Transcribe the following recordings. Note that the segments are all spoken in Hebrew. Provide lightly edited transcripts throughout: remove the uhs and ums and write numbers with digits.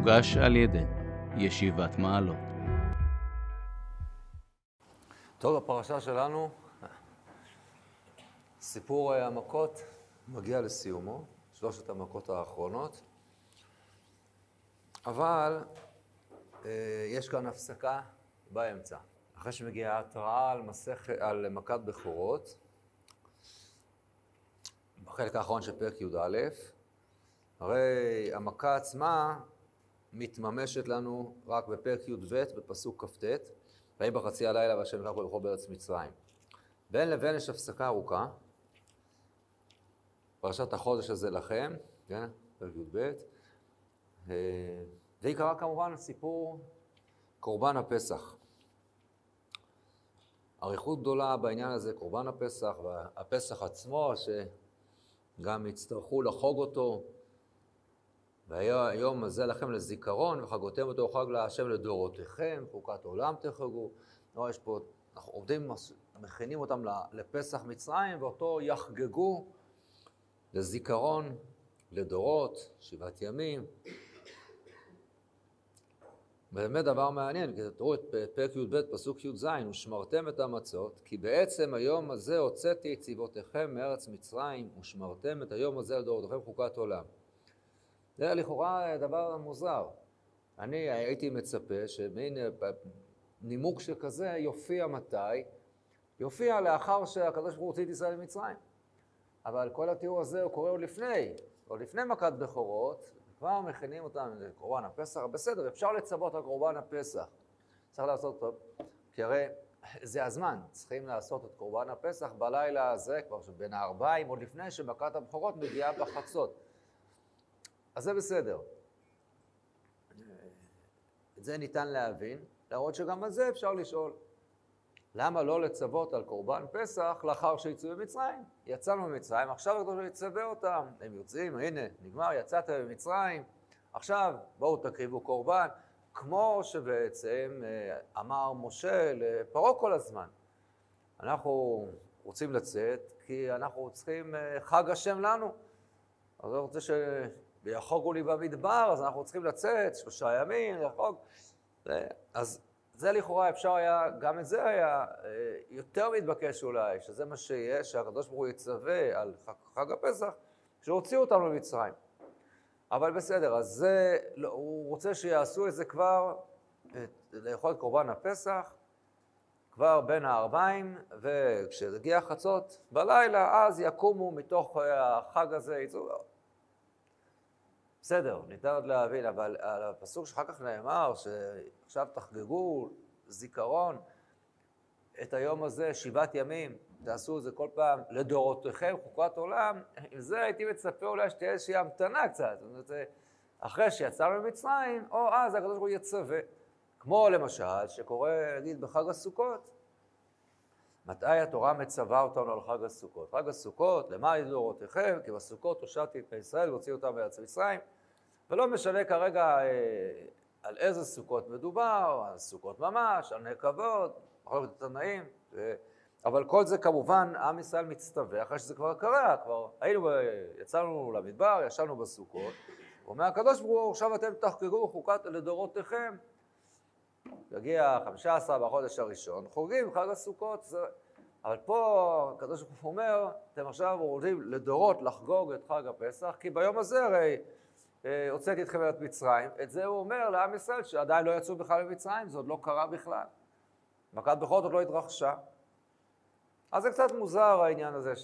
מוגש על ידי ישיבת מעלות. טוב, הפרשה שלנו, סיפור המכות מגיע לסיומו, 3 המכות האחרונות, אבל יש כאן הפסקה באמצע. אחרי שמגיעה התראה על מכת בכורות, בחלק האחרון של פרק י"א, הרי המכה עצמה מתממשת לנו רק בפרק י"ב, בפסוק כ"ט, ויהי בחצי הלילה והשם לקח בלכו בארץ מצרים. בין לבין יש הפסקה ארוכה, פרשת החודש הזה לכם, כן? פרק י"ב, ועיקרה כמובן סיפור קורבן הפסח. אריכות גדולה בעניין הזה, קורבן הפסח, והפסח עצמו, שגם יצטרכו לחוג אותו, והיום הזה לכם לזיכרון, וחגותם אותו חג להשם לדורותיכם, חוקת עולם תחגו. יש פה, אנחנו עובדים, מכינים אותם לפסח מצרים, ואותו יחגגו לזיכרון, לדורות, 7 ימים. באמת דבר מעניין, כי תראו את פרק י"ב, פסוק י"ז, ושמרתם את המצות, כי בעצם היום הזה הוצאתי את צבאותיכם מארץ מצרים, ושמרתם את היום הזה לדורותיכם חוקת עולם. זה לכאורה דבר מוזר. אני הייתי מצפה שמין נימוק שכזה יופיע מתי? יופיע לאחר שהקדוש ברוך הוא הוציא את ישראל ממצרים. אבל כל התיאור הזה הוא קורה עוד לפני מכת בכורות, כבר מכינים אותם לקורבן הפסח. בסדר, אפשר לצוות על קורבן הפסח. צריך לעשות טוב, כי הרי זה הזמן. צריכים לעשות את קורבן הפסח בלילה הזה, כבר שבין הערביים, עוד לפני שמכת הבכורות מגיעה בחצות. אז זה בסדר. את זה ניתן להבין, להראות שגם על זה אפשר לשאול. למה לא לצוות על קורבן פסח לאחר שיצאו במצרים? יצאנו ממצרים, עכשיו הקדוש ברוך הוא יצווה אותם. הם יוצאים, הנה, נגמר, יצאתם במצרים. עכשיו בואו תקריבו קורבן, כמו שבעצם אמר משה לפרעה כל הזמן. אנחנו רוצים לצאת כי אנחנו צריכים חג השם לנו. אז אני רוצה ויחוגו לי במדבר, אז אנחנו צריכים לצאת 3 ימים, לחוג. אז זה לכאורה אפשר היה, גם את זה היה יותר מתבקש אולי, שזה מה שיש, שהקדוש ברוך הוא יצווה על חג הפסח, שהוציאו אותנו למצרים. אבל בסדר, אז זה, הוא רוצה שיעשו את זה כבר, לאכול את קורבן הפסח, כבר בין הערביים, וכשהגיע חצות בלילה, אז יקומו מתוך החג הזה, יצאו. בסדר, ניתן עוד להבין, אבל על הפסוק שאחר כך נאמר, שעכשיו תחגגו זיכרון את היום הזה, 7 ימים, תעשו את זה כל פעם לדורותיכם, חוקת עולם, עם זה הייתי מצפה אולי שתהיה איזושהי המתנה קצת, זאת אומרת, אחרי שיצאנו ממצרים, או אז הקדוש ברוך הוא יצווה, כמו למשל שקורה, נגיד, בחג הסוכות, מתי התורה מצווה אותנו על חג הסוכות? חג הסוכות, למה לדורותיכם? כי בסוכות הושעתי את ישראל והוציא אותם מארץ מצרים. ולא משנה כרגע על איזה סוכות מדובר, על סוכות ממש, על נקבות, מחלוקת התנאים. אבל כל זה כמובן עם ישראל מצטווה, אחרי שזה כבר קרה, כבר יצאנו למדבר, ישבנו בסוכות. ואומר הקדוש ברוך הוא, עכשיו אתם תחגגו חוקת לדורותיכם. יגיע 15 בחודש הראשון, חוגגים חג הסוכות. אבל פה הקדוש ברוך הוא אומר, אתם עכשיו רוצים לדורות לחגוג את חג הפסח, כי ביום הזה הרי הוצאתי אתכם מארץ מצרים. את זה הוא אומר לעם ישראל שעדיין לא יצאו בכלל ממצרים, זה עוד לא קרה בכלל. מכת בכורות עוד לא התרחשה. אז זה קצת מוזר העניין הזה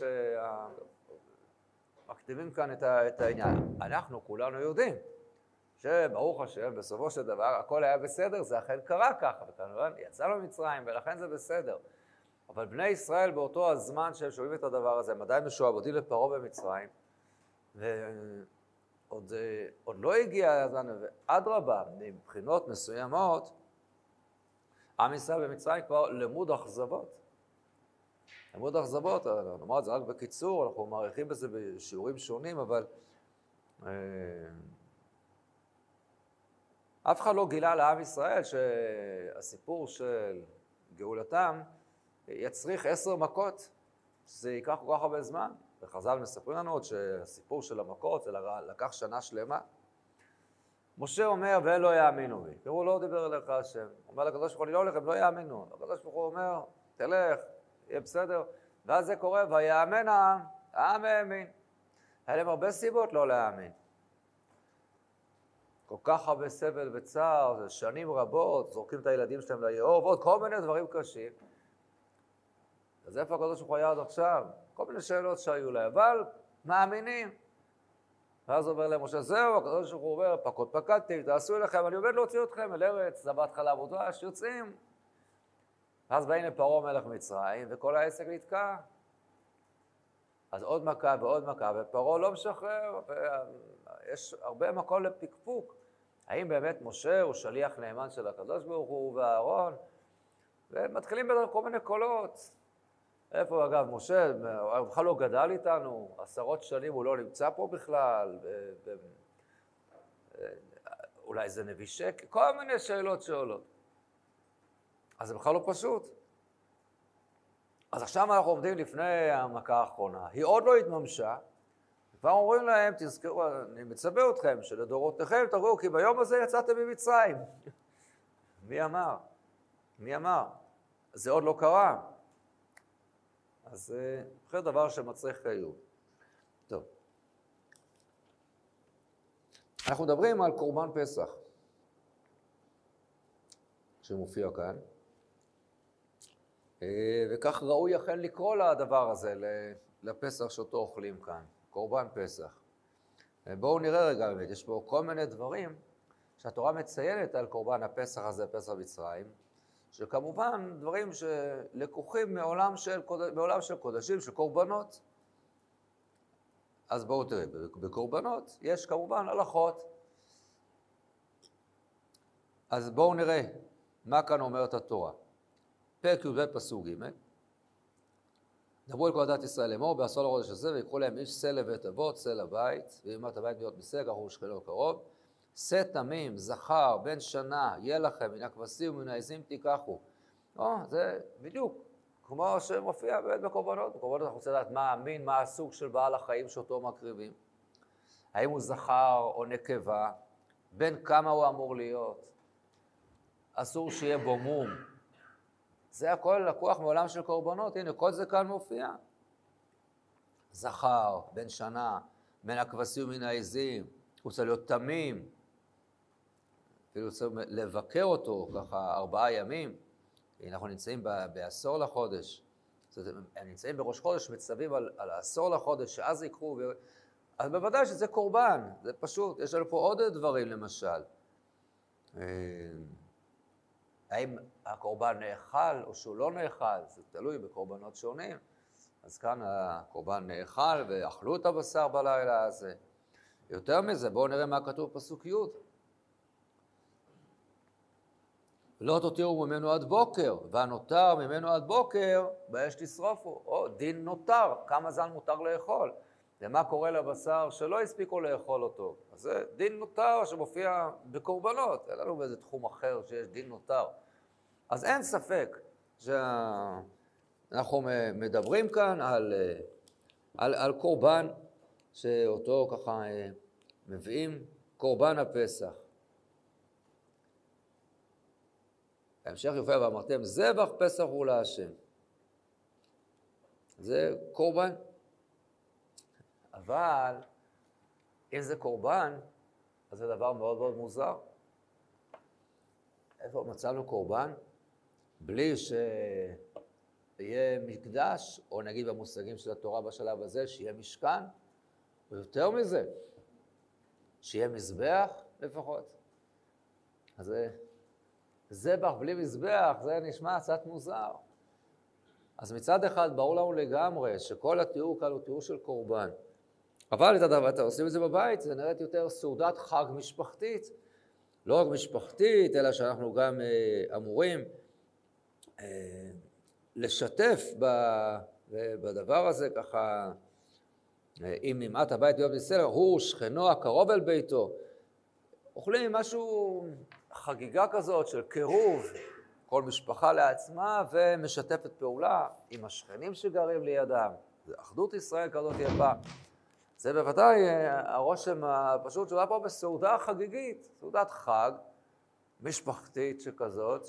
שמכתיבים כאן את העניין. אנחנו כולנו יודעים שברוך השם, בסופו של דבר, הכל היה בסדר, זה אכן קרה ככה, וכמובן יצאנו ממצרים, ולכן זה בסדר. אבל בני ישראל באותו הזמן שהם שומעים את הדבר הזה, הם עדיין משועבדים לפרעה במצרים, ועוד לא הגיע הזמן, ואדרבה, מבחינות מסוימות, עם ישראל במצרים כבר למוד אכזבות. למוד אכזבות, נאמר את זה רק בקיצור, אנחנו מעריכים בזה בשיעורים שונים, אבל אף אחד לא גילה לעם ישראל שהסיפור של גאולתם יצריך 10 מכות, שזה ייקח כל כך הרבה זמן. וחז"ל מספרים לנו עוד שהסיפור של המכות זה לקח שנה שלמה. משה אומר, ולא יאמינו בי. תראו, לא דיבר אליך השם. אומר לקדוש ברוך הוא, אני לא הולך, הם לא יאמינו. הקדוש ברוך הוא אומר, תלך, יהיה בסדר. ואז זה קורה, ויאמן העם, העם האמין. היה להם הרבה סיבות לא להאמין. כל כך הרבה סבל וצער, זה שנים רבות, זורקים את הילדים שלהם ליאור, ועוד כל מיני דברים קשים. אז איפה הקדוש ברוך הוא היה עד עכשיו? כל מיני שאלות שהיו להם, אבל מאמינים. ואז אומר להם משה, זהו, הקדוש ברוך הוא אומר, פקוד פקדתי, תעשו אליכם, אני עובד להוציא אתכם אל ארץ, זבת חלב ודבש, יוצאים. ואז באים לפרעה מלך מצרים, וכל העסק נתקע. אז עוד מכה ועוד מכה, ופרעה לא משחרר, ויש הרבה מקום לפקפוק. האם באמת משה הוא שליח נאמן של הקדוש ברוך הוא ואהרון? ומתחילים בדרך כל מיני קולות. איפה אגב, משה, הוא בכלל לא גדל איתנו, 10 שנים הוא לא נמצא פה בכלל, אולי זה נביא שקר, כל מיני שאלות שעולות. אז זה בכלל לא פשוט. אז עכשיו אנחנו עומדים לפני המכה האחרונה, היא עוד לא התממשה, כבר אומרים להם, תזכרו, אני מצווה אתכם, שלדורותיכם תראו, כי ביום הזה יצאתם ממצרים. מי אמר? מי אמר? זה עוד לא קרה. אז זה אחרי דבר שמצריך חיוב. טוב. אנחנו מדברים על קורבן פסח, שמופיע כאן. וכך ראוי אכן לקרוא לדבר הזה, לפסח שאותו אוכלים כאן, קורבן פסח. בואו נראה רגע באמת, יש פה כל מיני דברים שהתורה מציינת על קורבן הפסח הזה, פסח מצרים, שכמובן דברים שלקוחים מעולם של קודשים, של קורבנות. אז בואו תראה, בקורבנות יש כמובן הלכות. אז בואו נראה מה כאן אומרת התורה. פרק י"ב פסוק ג' דברו אל כל עדת ישראל לאמור, בעשור לחודש הזה, ויקחו להם איש שא לבית אבות, שא לבית, ואימת הבית להיות מסג, אחור שכנו קרוב. שא תמים, זכר, בן שנה, יהיה לכם, מן הכבשים ומן העזים תיקחו. זה בדיוק, כמו שמופיע באמת בקורבנות. בקורבנות אנחנו רוצים לדעת מה המין, מה הסוג של בעל החיים שאותו מקריבים. האם הוא זכר או נקבה, בין כמה הוא אמור להיות. אסור שיהיה בו מום. זה הכל לקוח מעולם של קורבנות, הנה כל זה כאן מופיע. זכר, בן שנה, בין הכבשים ומן העזים, הוא צריך להיות תמים, אפילו צריך לבקר אותו ככה 4 ימים. אנחנו נמצאים בעשור לחודש, הם נמצאים בראש חודש, מצווים על העשור לחודש, שאז יקחו, אז בוודאי שזה קורבן, זה פשוט, יש לנו פה עוד דברים למשל. האם הקורבן נאכל או שהוא לא נאכל, זה תלוי בקורבנות שונים. אז כאן הקורבן נאכל ואכלו את הבשר בלילה הזה. יותר מזה, בואו נראה מה כתוב פסוק י'. לא תותירו ממנו עד בוקר, והנותר ממנו עד בוקר, באש תשרופו. או דין נותר, כמה זמן מותר לאכול. ומה קורה לבשר שלא הספיקו לאכול אותו. אז זה דין נותר שמופיע בקורבנות. אין לנו באיזה תחום אחר שיש דין נותר. אז אין ספק שאנחנו מדברים כאן על קורבן שאותו ככה מביאים, קורבן הפסח. בהמשך יופיע ואמרתם, זבח פסח הוא להשם. זה קורבן. אבל אם זה קורבן, אז זה דבר מאוד מאוד מוזר. איפה מצאנו קורבן? בלי שיהיה מקדש, או נגיד במושגים של התורה בשלב הזה, שיהיה משכן, או יותר מזה, שיהיה מזבח לפחות. אז זה זבח בלי מזבח, זה נשמע קצת מוזר. אז מצד אחד ברור לנו לגמרי שכל התיאור כאן הוא תיאור של קורבן. אבל את הדבר, אתה עושים את זה בבית, זה נראית יותר סעודת חג משפחתית. לא רק משפחתית, אלא שאנחנו גם אמורים לשתף בדבר הזה, ככה, אם נמעט הבית להיות בסדר, הוא שכנו הקרוב אל ביתו. אוכלים משהו, חגיגה כזאת של קירוב, כל משפחה לעצמה, ומשתפת פעולה עם השכנים שגרים לידם. זה אחדות ישראל כזאת יפה. זה בוודאי הרושם הפשוט שהוא היה פה בסעודה חגיגית, סעודת חג, משפחתית שכזאת,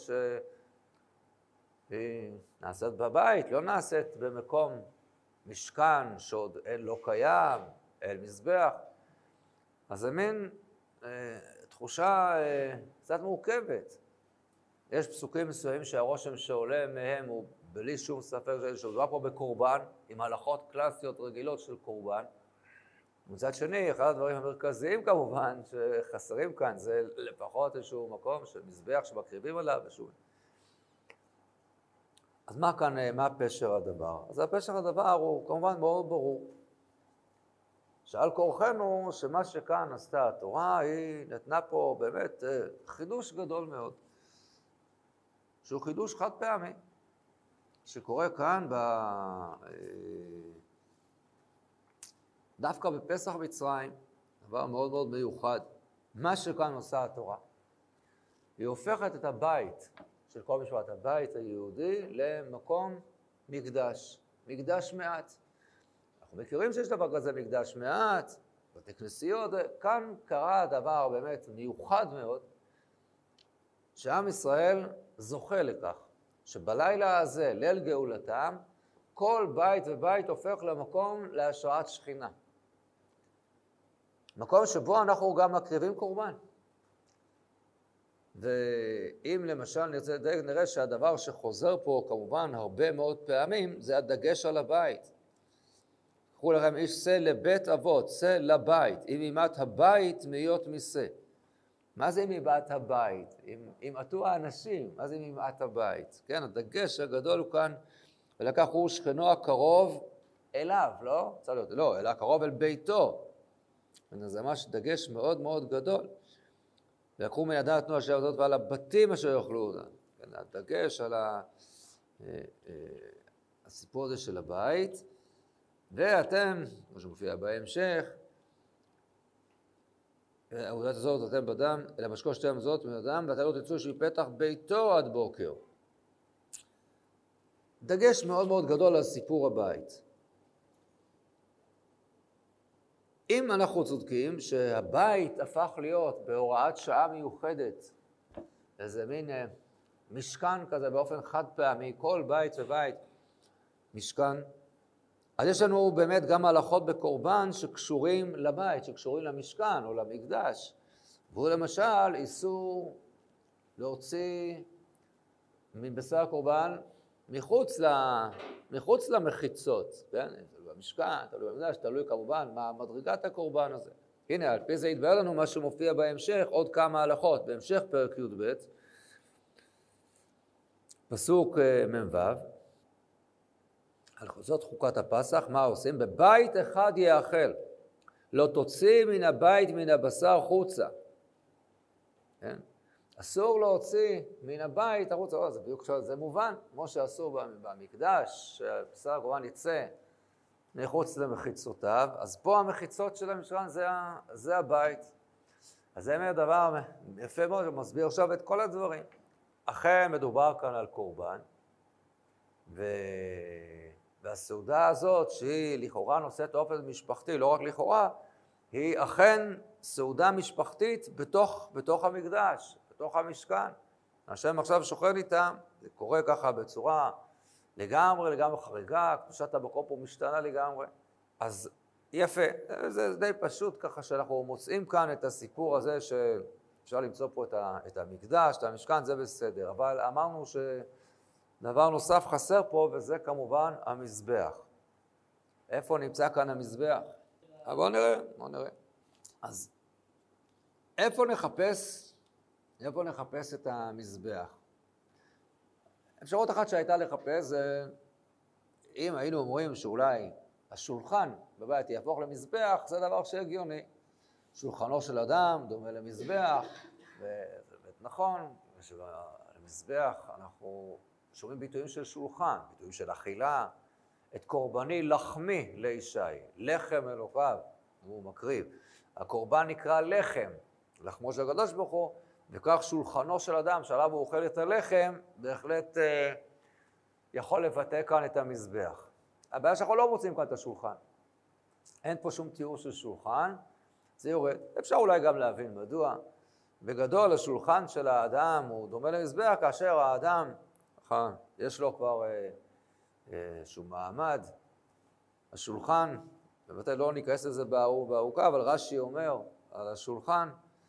שהיא נעשית בבית, לא נעשית במקום משכן שעוד לא קיים, אין מזבח. אז זה מין תחושה קצת מורכבת. יש פסוקים מסוימים שהרושם שעולה מהם הוא בלי שום ספק שהוא פה בקורבן, עם הלכות קלאסיות רגילות של קורבן. מצד שני, אחד הדברים המרכזיים כמובן שחסרים כאן, זה לפחות איזשהו מקום של מזבח שמקריבים עליו ושוב. אז מה כאן, מה פשר הדבר? אז הפשר הדבר הוא כמובן מאוד ברור. שעל כורחנו שמה שכאן עשתה התורה, היא נתנה פה באמת חידוש גדול מאוד. שהוא חידוש חד פעמי, שקורה כאן דווקא בפסח מצרים, דבר מאוד מאוד מיוחד. מה שכאן עושה התורה, היא הופכת את הבית של כל משפט, הבית היהודי, למקום מקדש, מקדש מעט. אנחנו מכירים שיש דבר כזה מקדש מעט, בתי כנסיות, כאן קרה דבר באמת מיוחד מאוד, שעם ישראל זוכה לכך, שבלילה הזה, ליל גאולתם, כל בית ובית הופך למקום להשראת שכינה. מקום שבו אנחנו גם מקריבים קורבן. ואם למשל נראה שהדבר שחוזר פה כמובן הרבה מאוד פעמים, זה הדגש על הבית. קחו לכם איש שא לבית אבות, שא לבית, אם אימת הבית מהיות משא. מה זה אימת הבית? אם עטו האנשים, מה זה אימת הבית? כן, הדגש הגדול הוא כאן, ולקח הוא שכנו הקרוב אליו, לא? צריך להיות, לא, אלא הקרוב אל ביתו. זה ממש דגש מאוד מאוד גדול. ולקחו מן אדם נתנו אשר הזאת ועל הבתים אשר יאכלו אותם. כן, הדגש על הסיפור הזה של הבית. ואתם, כמו שמופיע בהמשך, העבודת הזאת אתם בדם, אלא משקו שתי המזות מן אדם, ואתם לא תצאו שפתח ביתו עד בוקר. דגש מאוד מאוד גדול על סיפור הבית. אם אנחנו צודקים שהבית הפך להיות בהוראת שעה מיוחדת, איזה מין משכן כזה באופן חד פעמי, כל בית ובית משכן, אז יש לנו באמת גם הלכות בקורבן שקשורים לבית, שקשורים למשכן או למקדש. והוא למשל איסור להוציא מבשר הקורבן מחוץ למחיצות, כן? במשכן, תלוי במקדש, תלוי כמובן מה מדרגת הקורבן הזה. הנה, על פי זה יתבהר לנו מה שמופיע בהמשך, עוד כמה הלכות. בהמשך פרק י"ב, פסוק מ"ו, זאת חוקת הפסח, מה עושים? בבית אחד יאכל, לא תוציא מן הבית מן הבשר חוצה. כן? אסור להוציא מן הבית החוצה, זה בדיוק זה מובן, כמו שאסור במקדש, שהבשר הקורבן יצא מחוץ למחיצותיו, אז פה המחיצות של המשכן זה הבית. אז זה אומר דבר יפה מאוד, הוא מסביר עכשיו את כל הדברים. אכן מדובר כאן על קורבן, והסעודה הזאת, שהיא לכאורה נושאת אופן משפחתי, לא רק לכאורה, היא אכן סעודה משפחתית בתוך המקדש, בתוך המשכן. השם עכשיו שוכן איתם, זה קורה ככה בצורה לגמרי חריגה, קדושת המקום פה משתנה לגמרי. אז יפה, זה די פשוט ככה שאנחנו מוצאים כאן את הסיפור הזה שאפשר למצוא פה את המקדש, את המשכן, זה בסדר. אבל אמרנו שדבר נוסף חסר פה, וזה כמובן המזבח. איפה נמצא כאן המזבח? בואו נראה. אז איפה נחפש את המזבח? אפשרות אחת שהייתה לחפש זה, אם היינו אומרים שאולי השולחן בבית יהפוך למזבח, זה דבר שהגיוני. שולחנו של אדם דומה למזבח, וזה נכון, למזבח אנחנו שומעים ביטויים של שולחן, ביטויים של אכילה, את קורבני לחמי לישי, לחם אלוקיו, הוא מקריב. הקורבן נקרא לחם, לחמו של הקדוש ברוך הוא, וכך שולחנו של אדם שעליו הוא אוכל את הלחם, בהחלט יכול לבטא כאן את המזבח. הבעיה שאנחנו לא מוצאים כאן את השולחן. אין פה שום תיאור של שולחן, זה יורד. אפשר אולי גם להבין מדוע. בגדול, השולחן של האדם הוא דומה למזבח, כאשר האדם, יש לו כבר איזשהו מעמד. השולחן, באמת לא ניכנס לזה בארוכה, אבל רש"י אומר על השולחן,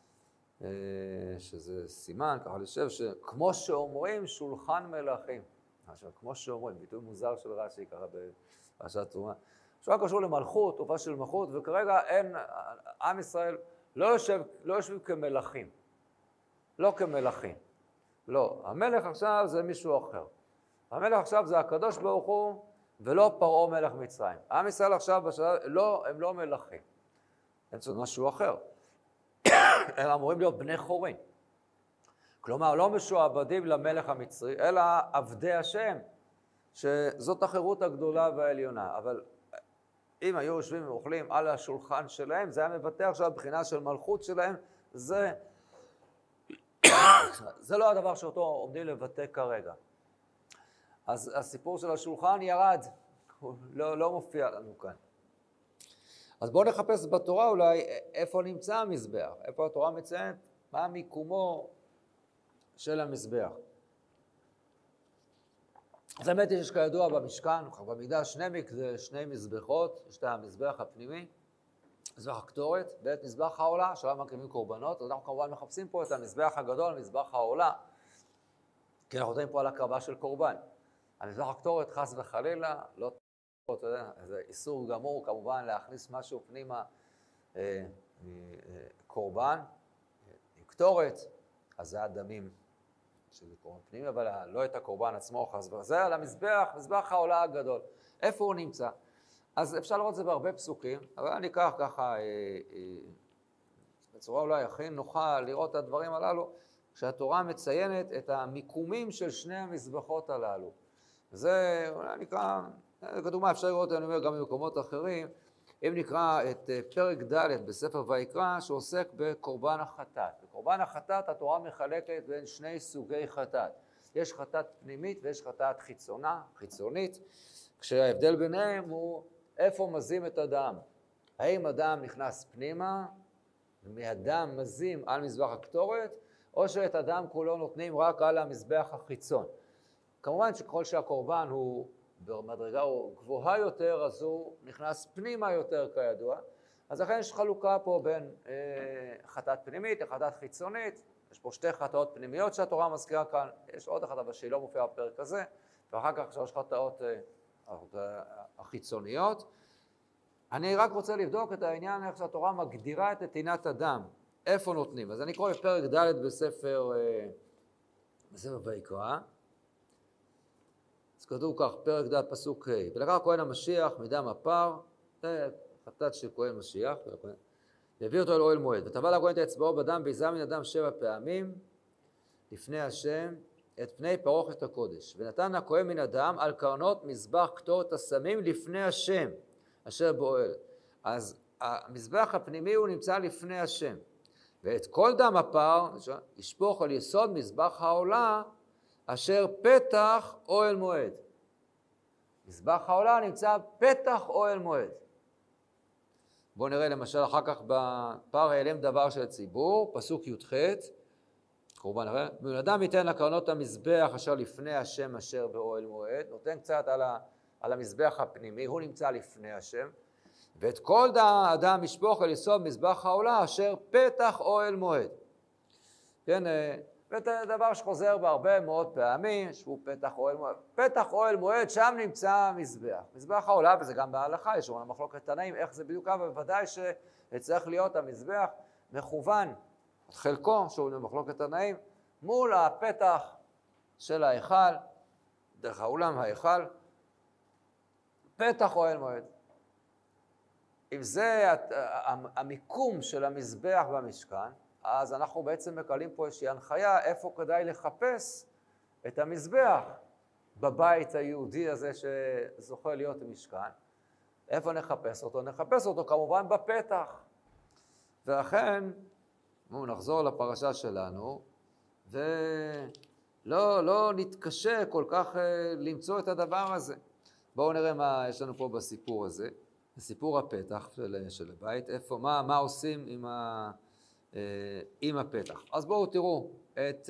שזה סימן, ככה לשב, שכמו שאומרים שולחן מלכים. עכשיו, כמו שאומרים, ביטוי מוזר של רש"י, ככה בפרשת תרומה. שולחן קשור למלכות, תופעה של מלכות, וכרגע אין, עם ישראל לא יושבים כמלכים. לא כמלכים. לא, המלך עכשיו זה מישהו אחר. המלך עכשיו זה הקדוש ברוך הוא, ולא פרעה מלך מצרים. עם ישראל עכשיו, הם לא מלכים. הם צריכים משהו אחר. הם אמורים להיות בני חורין. כלומר, לא משועבדים למלך המצרי, אלא עבדי השם, שזאת החירות הגדולה והעליונה. אבל אם היו יושבים ואוכלים על השולחן שלהם, זה היה מבטא עכשיו בחינה של מלכות שלהם, זה לא הדבר שאותו עומדים לבטא כרגע. אז הסיפור של השולחן ירד, הוא לא מופיע לנו כאן. אז בואו נחפש בתורה אולי איפה נמצא המזבח, איפה התורה מציינת, מה מיקומו של המזבח. אז האמת היא שכידוע במשכן, במקדש שני מזבחות, יש את המזבח הפנימי, מזבח הקטורת, ואת מזבח העולה, שעליו מקריבים קורבנות, אז אנחנו כמובן מחפשים פה את המזבח הגדול, מזבח העולה, כי אנחנו יודעים פה על הקרבה של קורבן. המזבח הקטורת חס וחלילה, לא אתה יודע, זה איסור גמור כמובן להכניס משהו פנימה מקורבן, עם קטורת, אז זה הדמים של קורבן פנימי, אבל לא את הקורבן עצמו חס וחלילה, זה על המזבח, מזבח העולה הגדול. איפה הוא נמצא? אז אפשר לראות את זה בהרבה פסוקים, אבל אני אקח ככה, בצורה אולי הכי נוחה לראות את הדברים הללו, כשהתורה מציינת את המיקומים של שני המזבחות הללו. זה אולי נקרא, כדוגמה אפשר לראות, אני אומר גם במקומות אחרים, אם נקרא את פרק ד' בספר ויקרא, שעוסק בקורבן החטאת. בקורבן החטאת התורה מחלקת בין שני סוגי חטאת. יש חטאת פנימית ויש חטאת חיצונית, כשההבדל ביניהם הוא איפה מזים את הדם. האם הדם נכנס פנימה, מהדם מזים על מזבח הקטורת, או שאת הדם כולו נותנים רק על המזבח החיצון. כמובן שככל שהקורבן הוא במדרגה גבוהה יותר, אז הוא נכנס פנימה יותר כידוע. אז לכן יש חלוקה פה בין חטאת פנימית לחטאת חיצונית. יש פה שתי חטאות פנימיות שהתורה מזכירה כאן, יש עוד אחת אבל שהיא לא מופיעה בפרק הזה, ואחר כך שלוש חטאות החיצוניות. אני רק רוצה לבדוק את העניין איך שהתורה מגדירה את נתינת הדם, איפה נותנים. אז אני קורא בפרק ד' בספר ויקרא. אז כתוב כך, פרק ד' פסוק ה', ולקח כהן המשיח מדם הפר, חטאת של כהן משיח, והביא אותו אל אוהל מועד, וטבע לכהן את אצבעו בדם ויזע מן הדם 7 פעמים לפני השם את פני פרוכת הקודש, ונתן הכהן מן הדם על קרנות מזבח קטורת הסמים לפני השם אשר באוהל. אז המזבח הפנימי הוא נמצא לפני השם, ואת כל דם הפר ישפוך על יסוד מזבח העולה אשר פתח אוהל מועד. מזבח העולה נמצא פתח אוהל מועד. בואו נראה למשל אחר כך בפר העלם דבר של הציבור, פסוק י"ח, קורבן אחר, בן אדם ייתן לקרנות המזבח אשר לפני השם אשר באוהל מועד, נותן קצת על המזבח הפנימי, הוא נמצא לפני השם, ואת כל אדם ישפוך על יסוד מזבח העולה אשר פתח אוהל מועד. כן, וזה דבר שחוזר בהרבה מאוד פעמים, שהוא פתח אוהל מועד. פתח אוהל מועד, שם נמצא המזבח. מזבח העולה, וזה גם בהלכה, יש לנו מחלוקת תנאים, איך זה בדיוק, אבל בוודאי שצריך להיות המזבח מכוון, חלקו, שהוא במחלוקת תנאים, מול הפתח של ההיכל, דרך האולם ההיכל, פתח אוהל מועד. אם זה המיקום של המזבח במשכן, אז אנחנו בעצם מקבלים פה איזושהי הנחיה איפה כדאי לחפש את המזבח בבית היהודי הזה שזוכה להיות משכן. איפה נחפש אותו? נחפש אותו כמובן בפתח. ולכן, נחזור לפרשה שלנו, ולא נתקשה כל כך למצוא את הדבר הזה. בואו נראה מה יש לנו פה בסיפור הזה. סיפור הפתח של הבית, איפה, מה עושים עם הפתח. אז בואו תראו את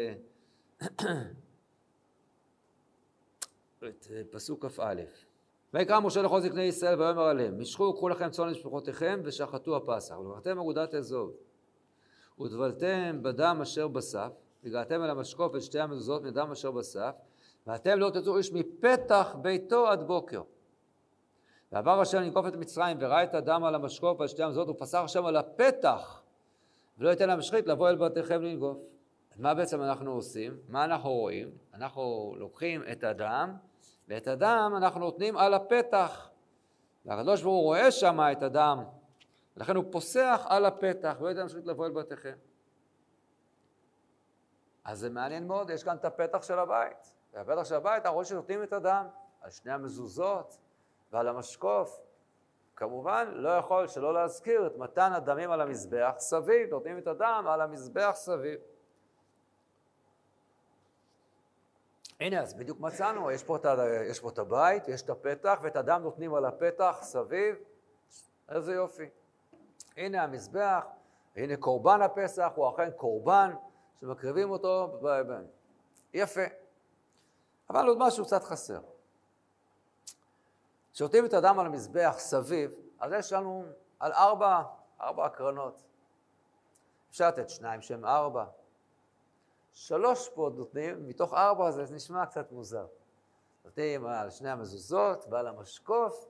פסוק כ"א. ויקרא משה לכל זקני ישראל ויאמר עליהם, משכו קחו לכם צאן למשפחותיכם ושחטו הפסח, ולקחתם אגודת אזוב, וטבלתם בדם אשר בסף, והגעתם אל המשקוף את שתי המזוזות מדם אשר בסף, ואתם לא תצאו איש מפתח ביתו עד בוקר. ועבר השם לנקוף את מצרים, וראה את הדם על המשקוף ועל שתי המזוזות, ופסח השם על הפתח, ולא ייתן למשחית לבוא אל בתיכם לנגוף. מה בעצם אנחנו עושים? מה אנחנו רואים? אנחנו לוקחים את הדם, ואת הדם אנחנו נותנים על הפתח. והקדוש ברוך הוא רואה שם את הדם, ולכן הוא פוסח על הפתח, ולא ייתן למשחית לבוא אל בתיכם. אז זה מעניין מאוד, יש כאן את הפתח של הבית. והפתח של הבית, אנחנו רואים שנותנים את הדם על שני המזוזות ועל המשקוף. כמובן, לא יכול שלא להזכיר את מתן הדמים על המזבח סביב, נותנים את הדם על המזבח סביב. הנה, אז בדיוק מצאנו, יש פה את הבית, יש את הפתח, ואת הדם נותנים על הפתח סביב. איזה יופי. הנה המזבח, הנה קורבן הפסח, הוא אכן קורבן שמקריבים אותו. יפה. אבל עוד משהו קצת חסר. כשנותנים את הדם על המזבח סביב, אז יש לנו על ארבע הקרנות. אפשר לתת 2 שהם 4. 3 פה נותנים, מתוך 4 זה נשמע קצת מוזר. נותנים על שני המזוזות ועל המשקוף.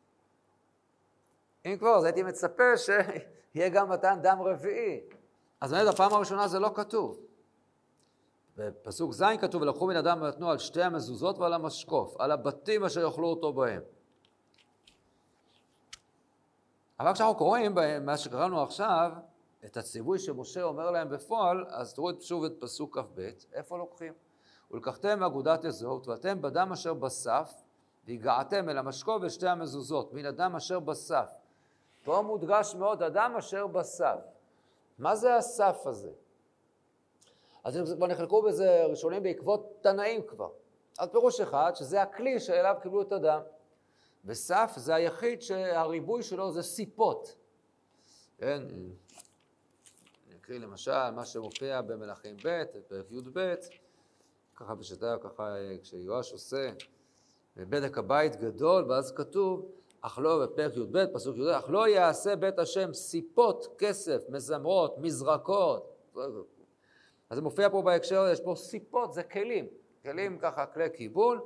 אם כבר, אז הייתי מצפה שיהיה גם מתן דם רביעי. אז באמת, הפעם הראשונה זה לא כתוב. בפסוק ז' כתוב, ולקחו מן הדם ונתנו על שתי המזוזות ועל המשקוף, על הבתים אשר יאכלו אותו בהם. אבל כשאנחנו קוראים מה שקראנו עכשיו, את הציווי שמשה אומר להם בפועל, אז תראו שוב את פסוק כ"ב, איפה לוקחים? ולקחתם אגודת אזוב, וטבלתם בדם אשר בסף, והגעתם אל המשקוף ואת שתי המזוזות, מן הדם אשר בסף. פה מודגש מאוד, הדם אשר בסף. מה זה הסף הזה? אז כבר נחלקו בזה ראשונים בעקבות תנאים כבר. אז פירוש אחד, שזה הכלי שאליו קיבלו את הדם. וסף זה היחיד שהריבוי שלו זה סיפות. כן? נקריא למשל מה שמופיע במלכים ב', בפרק י"ב, ככה בשתה, ככה כשיואש עושה, בדק הבית גדול, ואז כתוב, אך לא, בפרק י"ב, פסוק י"ב, אך לא יעשה בית השם סיפות, כסף, מזמרות, מזרקות. אז זה מופיע פה בהקשר, יש פה סיפות, זה כלים. כלים ככה, כלי קיבול,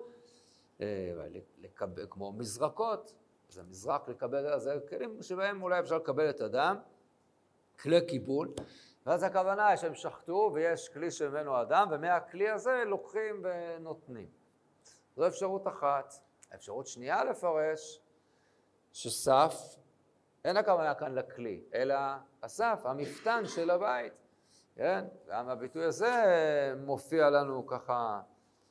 כמו מזרקות, זה מזרק לקבל, זה כלים שבהם אולי אפשר לקבל את הדם, כלי קיבול, ואז הכוונה שהם שחטו ויש כלי שממנו הדם, ומהכלי הזה לוקחים ונותנים. זו אפשרות אחת. האפשרות שנייה לפרש, שסף, אין הכוונה כאן לכלי, אלא הסף, המפתן של הבית. כן? גם הביטוי הזה מופיע לנו ככה,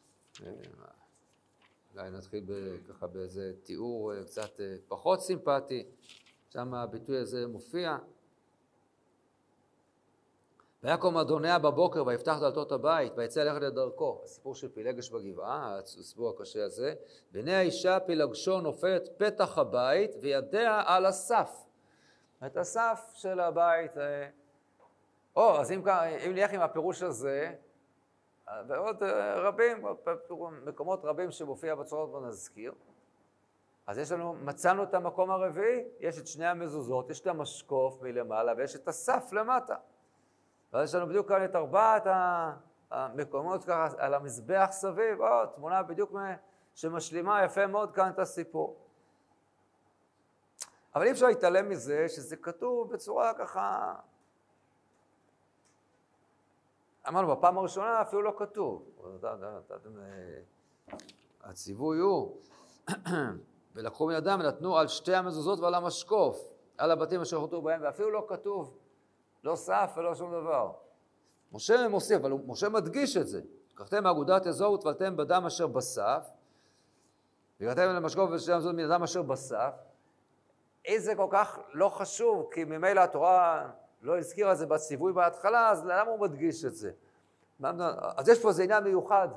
אולי נתחיל ככה באיזה תיאור קצת פחות סימפטי, שם הביטוי הזה מופיע. ויקום אדוניה בבוקר ויפתח דלתות הבית ויצא ללכת לדרכו. הסיפור של פילגש בגבעה, הסיפור הקשה הזה. והנה האישה פילגשו נופלת פתח הבית וידיה על הסף. את הסף של הבית. אז אם נלך עם הפירוש הזה, ועוד רבים, מקומות רבים שמופיע בצורות בו נזכיר, אז מצאנו את המקום הרביעי, יש את שני המזוזות, יש את המשקוף מלמעלה ויש את הסף למטה. ואז יש לנו בדיוק כאן את 4 המקומות ככה על המזבח סביב, תמונה בדיוק שמשלימה יפה מאוד כאן את הסיפור. אבל אי אפשר להתעלם מזה שזה כתוב בצורה ככה, אמרנו בפעם הראשונה אפילו לא כתוב. הציווי הוא, ולקחו מן הדם ונתנו על שתי המזוזות ועל המשקוף, על הבתים אשר חטאו בהם, ואפילו לא כתוב. לא סף ולא שום דבר. משה מוסיף, אבל משה מדגיש את זה. לקחתם מאגודת אזוב וטבלתם בדם אשר בסף, והגעתם אל המשקוף ושתי המזוזות מן הדם אשר בסף. זה כל כך לא חשוב, כי ממילא התורה לא הזכירה את זה בציווי בהתחלה, אז למה הוא מדגיש את זה? אז יש פה איזה עניין מיוחד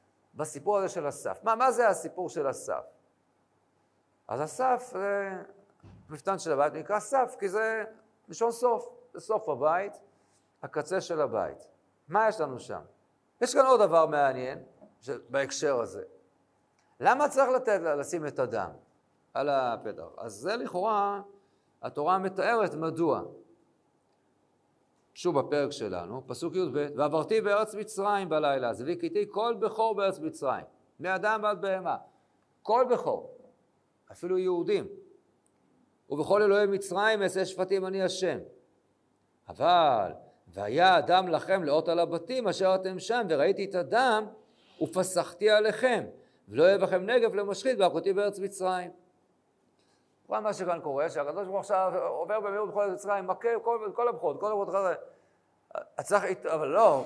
בסיפור הזה של הסף. מה זה הסיפור של הסף? אז הסף המפתן של הבית נקרא סף, כי זה לשון סוף, זה סוף הבית, הקצה של הבית. מה יש לנו שם? יש כאן עוד דבר מעניין בהקשר הזה. למה צריך לשים את הדם על הפתח? אז זה לכאורה, התורה מתארת מדוע. שוב בפרק שלנו, פסוק י"ב, ועברתי בארץ מצרים בלילה הזה, והכיתי כל בכור בארץ מצרים, מאדם ועד בהמה, כל בכור, אפילו יהודים, ובכל אלוהי מצרים אעשה שפטים אני השם. אבל, והיה הדם לכם לאות על הבתים אשר אתם שם, וראיתי את הדם, ופסחתי עליכם, ולא יהיה בכם נגף למשחית, והכותי בארץ מצרים. מה שכאן קורה, שהקדוש ברוך הוא עכשיו עובר במהירות בכל ארץ מצרים, מכה כל הבכורות, אבל לא,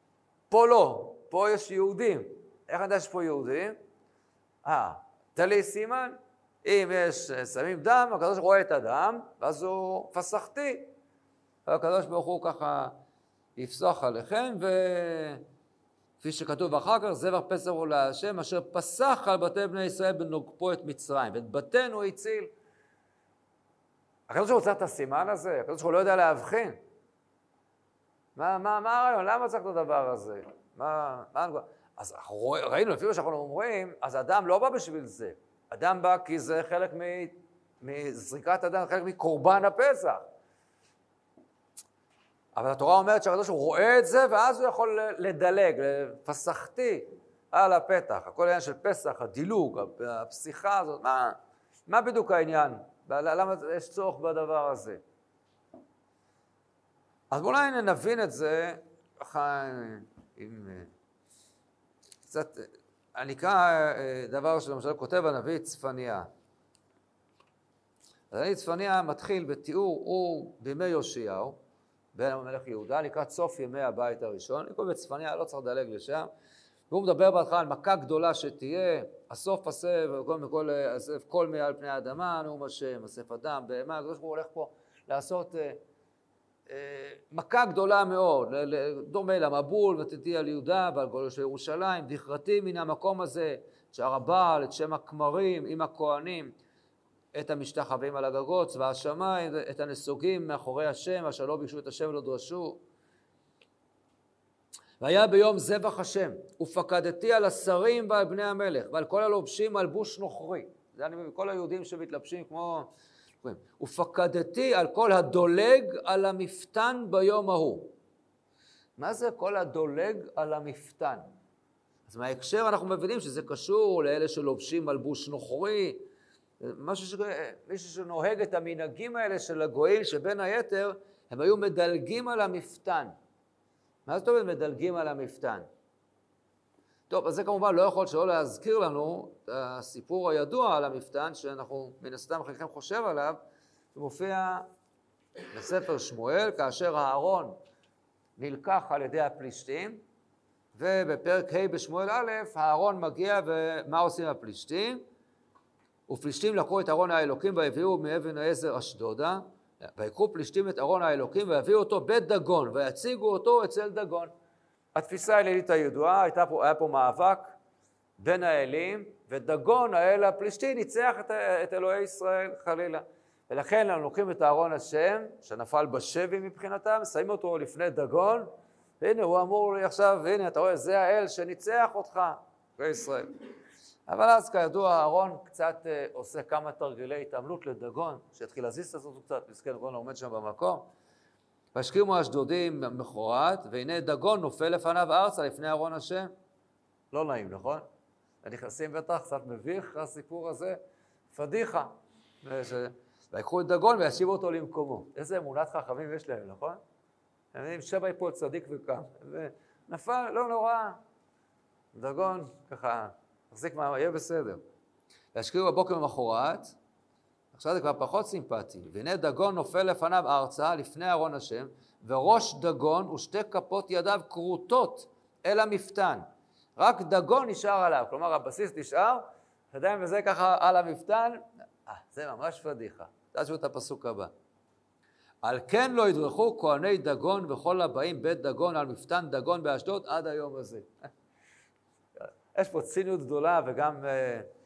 פה יש יהודים. איך אני יודע שפה יהודים? תן לי סימן, אם יש שמים דם, הקדוש רואה את הדם, ואז הוא פסחתי. הקדוש ברוך הוא ככה יפסח עליכם, וכפי שכתוב אחר כך, זבח פסח הוא להשם, אשר פסח על בתי בני ישראל בנוגפו את מצרים, ואת בתינו הציל. הקדוש ברוך הוא צריך את הסימן הזה, הקדוש ברוך הוא לא יודע להבחין. מה הרעיון? למה צריך את הדבר הזה? אז ראינו, לפי מה שאנחנו אומרים, אז האדם לא בא בשביל זה. אדם בא כי זה חלק מזריקת אדם, חלק מקורבן הפסח. אבל התורה אומרת שהקדוש הוא רואה את זה, ואז הוא יכול לדלג, פסחתי על הפתח. הכל העניין של פסח, הדילוג, הפסיכה הזאת, מה בדיוק העניין? למה יש צורך בדבר הזה? אז אולי נבין את זה, עם קצת, אני אקרא דבר שלמשל כותב הנביא צפניה. הנביא צפניה מתחיל בתיאור, הוא בימי יאשיהו, בן המלך יהודה, לקראת סוף ימי הבית הראשון, אני קורא בצפניה, לא צריך לדלג לשם, והוא מדבר בהתחלה על מכה גדולה שתהיה, הסוף אסף, כל מעל פני האדמה, נאום השם, אסף אדם, בהמה, הקדוש ברוך הוא הולך פה לעשות מכה גדולה מאוד, דומה למבול, ותתי על יהודה ועל גולו של ירושלים, דכרתי מן המקום הזה, את שער הבעל, את שם הכמרים עם הכהנים, את המשתחווים על הגגות, צבא השמיים, את הנסוגים מאחורי השם, אשר לא ביקשו את השם ולא דרשו. והיה ביום זבח השם, ופקדתי על השרים ועל בני המלך, ועל כל הלובשים מלבוש נוכרי. זה אני מבין, כל היהודים שמתלבשים כמו... ופקדתי על כל הדולג על המפתן ביום ההוא. מה זה כל הדולג על המפתן? אז מההקשר אנחנו מבינים שזה קשור לאלה שלובשים מלבוש נוכרי, מישהו שנוהג את המנהגים האלה של הגויים, שבין היתר הם היו מדלגים על המפתן. מה זאת אומרת מדלגים על המפתן? טוב, אז זה כמובן לא יכול שלא להזכיר לנו את הסיפור הידוע על המפתן, שאנחנו מן הסתם חלקכם חושב עליו, שמופיע בספר שמואל, כאשר הארון נלקח על ידי הפלישתים, ובפרק ה' בשמואל א', הארון מגיע ומה עושים הפלישתים? ופלישתים לקחו את ארון האלוקים והביאו מאבן העזר אשדודה, ויקחו פלישתים את ארון האלוקים והביאו אותו בית דגון, ויציגו אותו אצל דגון. התפיסה האלילית הידועה, היה פה מאבק בין האלים, ודגון, האל הפלישתי, ניצח את אלוהי ישראל חלילה. ולכן אנחנו לוקחים את ארון השם, שנפל בשבי מבחינתם, שמים אותו לפני דגון, והנה הוא אמור לי עכשיו, והנה אתה רואה, זה האל שניצח אותך, אלוהי ישראל. אבל אז כידוע הארון קצת עושה כמה תרגילי התעמלות לדגון, שהתחיל להזיז את עצמו קצת, מסכן, דגון עומד שם במקום. והשכימו האשדודים מחרת, והנה דגון נופל לפניו ארצה לפני ארון השם. לא נעים, נכון? נכנסים בטח, קצת מביך הסיפור הזה, פדיחה. ויקחו את דגון וישיבו אותו למקומו. איזה אמונת חכמים יש להם, נכון? הם יודעים, שבע יפול צדיק וקם. ונפל, לא נורא. דגון, ככה, תחזיק מה, יהיה בסדר. והשכימו בבוקר למחרת, עכשיו זה כבר פחות סימפטי. והנה דגון נופל לפניו ארצה, לפני ארון השם, וראש דגון ושתי כפות ידיו כרותות אל המפתן. רק דגון נשאר עליו, כלומר הבסיס נשאר, עדיין וזה ככה על המפתן, זה ממש פדיחה. תעשו את הפסוק הבא. על כן לא ידרכו כהני דגון וכל הבאים בית דגון על מפתן דגון באשדוד עד היום הזה. יש פה ציניות גדולה וגם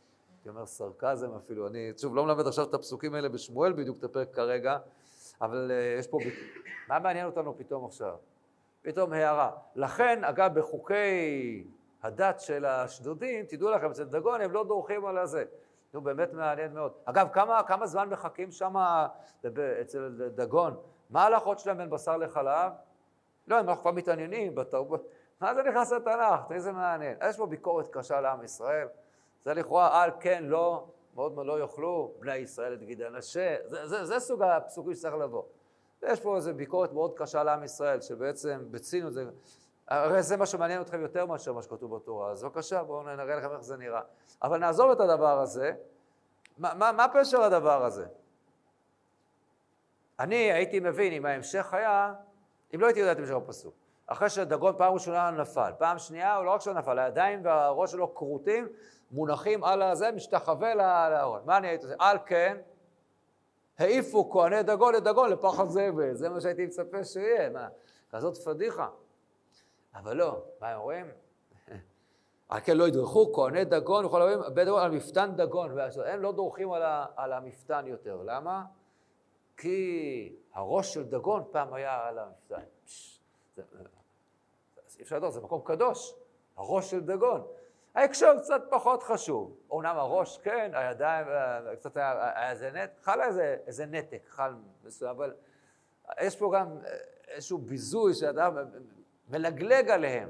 הייתי אומר סרקזם אפילו, אני שוב לא מלמד עכשיו את הפסוקים האלה בשמואל בדיוק את הפרק כרגע, אבל יש פה, מה מעניין אותנו פתאום עכשיו? פתאום הערה. לכן, אגב, בחוקי הדת של השדודים, תדעו לכם, אצל דגון הם לא דורכים על הזה. זה באמת מעניין מאוד. אגב, כמה זמן מחכים שם אצל דגון? מה ההלכות שלהם בין בשר לחלב? לא, הם כבר מתעניינים בתרבות. מה זה נכנס לתנ"ך? איזה מעניין. יש פה ביקורת קשה לעם ישראל. זה לכאורה על כן לא, מאוד לא יאכלו, בני ישראל את גיד הנשה. זה סוג הפסוקים שצריך לבוא. יש פה איזו ביקורת מאוד קשה לעם ישראל, שבעצם בצינו זה, הרי זה מה שמעניין אתכם יותר מאשר מה שכתוב בתורה, אז בבקשה, בואו נראה לכם איך זה נראה. אבל נעזוב את הדבר הזה, מה פשר הדבר הזה? אני הייתי מבין אם ההמשך היה, אם לא הייתי יודעת המשך הפסוק, אחרי שדגון פעם ראשונה נפל, פעם שנייה הוא לא רק שלא נפל, הידיים והראש שלו כרותים, מונחים על הזה, משתחווה לארון. מה אני הייתי עושה? על כן, העיפו כהני דגון לדגון לפח הזבל, זה מה שהייתי מצפה שיהיה, מה, כזאת פדיחה. אבל לא, מה הם אומרים? על כן לא ידרכו כהני דגון, וכל אומרים, בדגון על מפתן דגון, הם לא דורכים על המפתן יותר, למה? כי הראש של דגון פעם היה על המפתן. אי אפשר לדעת, זה מקום קדוש, הראש של דגון. ההקשר קצת פחות חשוב. אומנם הראש, כן, הידיים, קצת היה איזה נתק, חל מסוים, אבל יש פה גם איזשהו ביזוי שאדם מלגלג עליהם,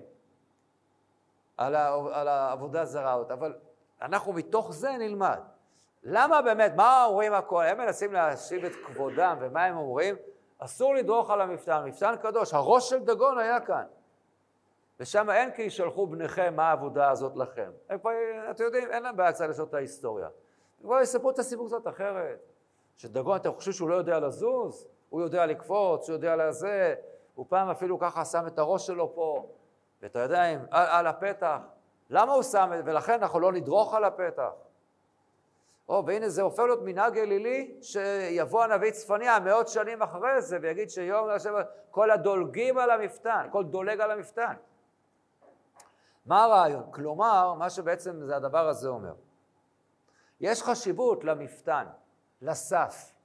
על העבודה הזרה. אבל אנחנו מתוך זה נלמד. למה באמת, מה אומרים הכל? הם מנסים להשיב את כבודם, ומה הם אומרים? אסור לדרוך על המפתן, מפתן קדוש, הראש של דגון היה כאן. ושם אין כי ישלחו בניכם מה העבודה הזאת לכם. הם כבר, אתם יודעים, אין להם בעיה קצת לשאול את ההיסטוריה. הם כבר יספרו את הסיפור קצת אחרת. שדגון, אתם חושבים שהוא לא יודע לזוז? הוא יודע לקפוץ, הוא יודע לזה. הוא פעם אפילו ככה שם את הראש שלו פה, ואת הידיים על הפתח. למה הוא שם את זה? ולכן אנחנו לא נדרוך על הפתח. והנה זה הופך להיות מנהג אלילי, שיבוא הנביא צפניה מאות שנים אחרי זה, ויגיד שיום כל הדולגים על המפתן, כל דולג על המפתן. מה הרעיון? כלומר, מה שבעצם זה הדבר הזה אומר. יש חשיבות למפתן, לסף.